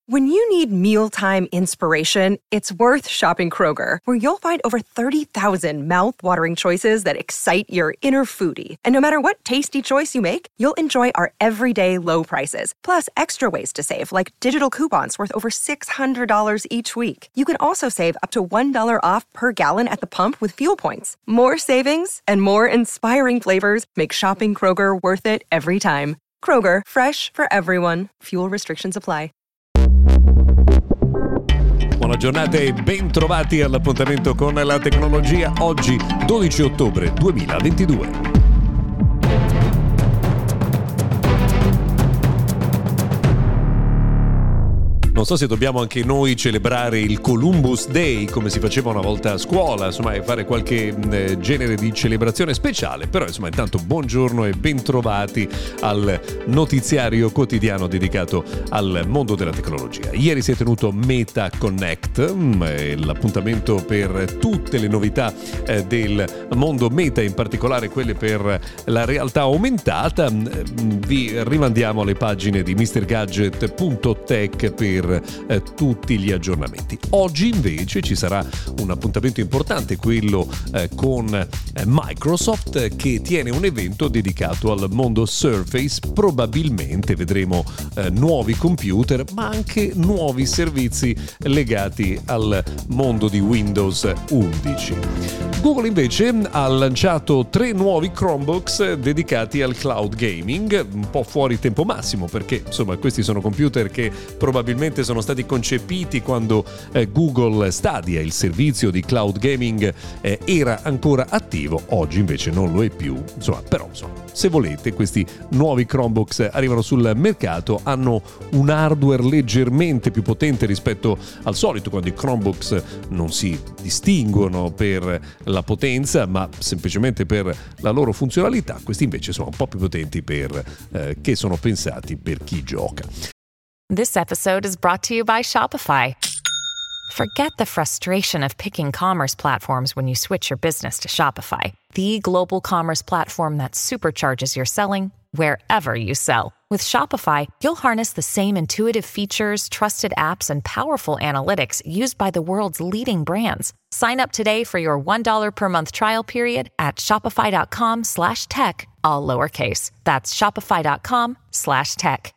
When you need mealtime inspiration, it's worth shopping Kroger, where you'll find over 30,000 mouth-watering choices that excite your inner foodie. And no matter what tasty choice you make, you'll enjoy our everyday low prices, plus extra ways to save, like digital coupons worth over $600 each week. You can also save up to $1 off per gallon at the pump with fuel points. More savings and more inspiring flavors make shopping Kroger worth it every time. Kroger, fresh for everyone. Fuel restrictions apply. Buona giornata e ben trovati all'appuntamento con la tecnologia. Oggi 12 ottobre 2022. Non so se dobbiamo anche noi celebrare il Columbus Day come si faceva una volta a scuola, insomma, e fare qualche genere di celebrazione speciale, però insomma intanto buongiorno e bentrovati al notiziario quotidiano dedicato al mondo della tecnologia. Ieri si è tenuto Meta Connect, l'appuntamento per tutte le novità del mondo Meta, in particolare quelle per la realtà aumentata. Vi rimandiamo alle pagine di MrGadget.tech per tutti gli aggiornamenti. Oggi invece ci sarà un appuntamento importante, quello con Microsoft, che tiene un evento dedicato al mondo Surface. Probabilmente vedremo nuovi computer, ma anche nuovi servizi legati al mondo di Windows 11. Google invece ha lanciato 3 nuovi Chromebooks dedicati al cloud gaming, un po' fuori tempo massimo, perché insomma questi sono computer che probabilmente sono stati concepiti quando Google Stadia, il servizio di cloud gaming, era ancora attivo. Oggi invece non lo è più, però se volete, questi nuovi Chromebooks arrivano sul mercato, hanno un hardware leggermente più potente rispetto al solito, quando i Chromebooks non si distinguono per la potenza ma semplicemente per la loro funzionalità. Questi invece sono un po' più potenti che sono pensati per chi gioca. This episode is brought to you by Shopify. Forget the frustration of picking commerce platforms when you switch your business to Shopify, the global commerce platform that supercharges your selling wherever you sell. With Shopify, you'll harness the same intuitive features, trusted apps, and powerful analytics used by the world's leading brands. Sign up today for your $1 per month trial period at shopify.com/tech, all lowercase. That's shopify.com/tech.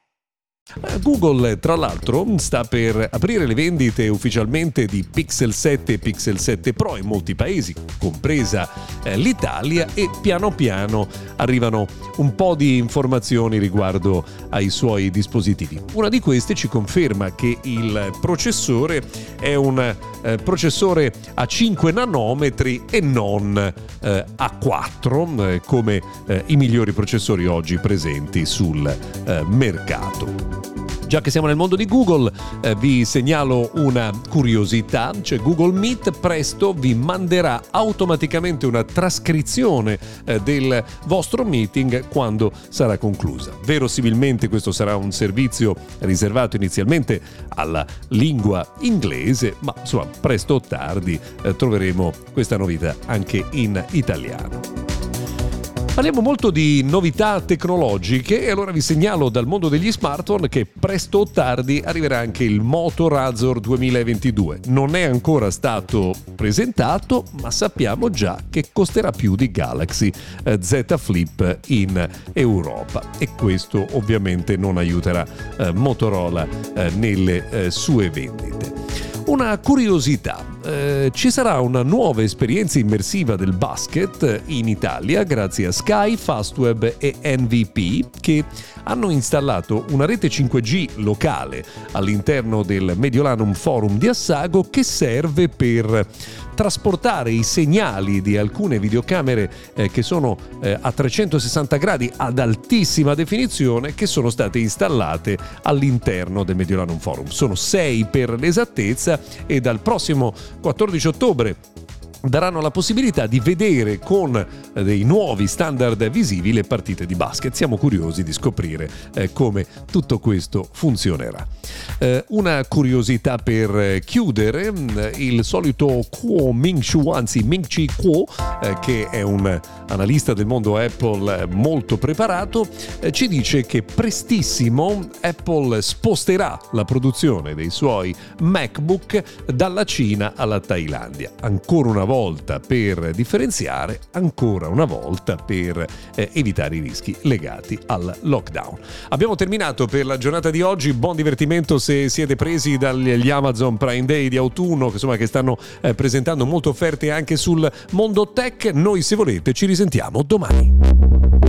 Google, tra l'altro, sta per aprire le vendite ufficialmente di Pixel 7 e Pixel 7 Pro in molti paesi, compresa l'Italia, e piano piano arrivano un po' di informazioni riguardo ai suoi dispositivi. Una di queste ci conferma che il processore è un processore a 5 nanometri e non a 4, come i migliori processori oggi presenti sul mercato. Già che siamo nel mondo di Google, vi segnalo una curiosità, cioè Google Meet presto vi manderà automaticamente una trascrizione del vostro meeting quando sarà conclusa. Verosimilmente questo sarà un servizio riservato inizialmente alla lingua inglese, ma insomma presto o tardi troveremo questa novità anche in italiano. Parliamo molto di novità tecnologiche e allora vi segnalo dal mondo degli smartphone che presto o tardi arriverà anche il Moto Razr 2022. Non è ancora stato presentato, ma sappiamo già che costerà più di Galaxy Z Flip in Europa, e questo ovviamente non aiuterà Motorola nelle sue vendite. Una curiosità, ci sarà una nuova esperienza immersiva del basket in Italia grazie a Sky, Fastweb e NVP, che hanno installato una rete 5G locale all'interno del Mediolanum Forum di Assago, che serve per trasportare i segnali di alcune videocamere che sono a 360 gradi ad altissima definizione, che sono state installate all'interno del Mediolanum Forum. Sono 6 per l'esattezza, e dal prossimo 14 ottobre daranno la possibilità di vedere con dei nuovi standard visivi le partite di basket. Siamo curiosi di scoprire come tutto questo funzionerà. Una curiosità per chiudere, il solito Kuo Ming-Chu, anzi Ming-Chi Kuo, che è un analista del mondo Apple molto preparato, ci dice che prestissimo Apple sposterà la produzione dei suoi MacBook dalla Cina alla Thailandia. Ancora una volta per differenziare, ancora una volta per evitare i rischi legati al lockdown. Abbiamo terminato per la giornata di oggi. Buon divertimento se siete presi dagli Amazon Prime Day di autunno, che stanno presentando molte offerte anche sul mondo tech. Noi, se volete, ci risentiamo domani.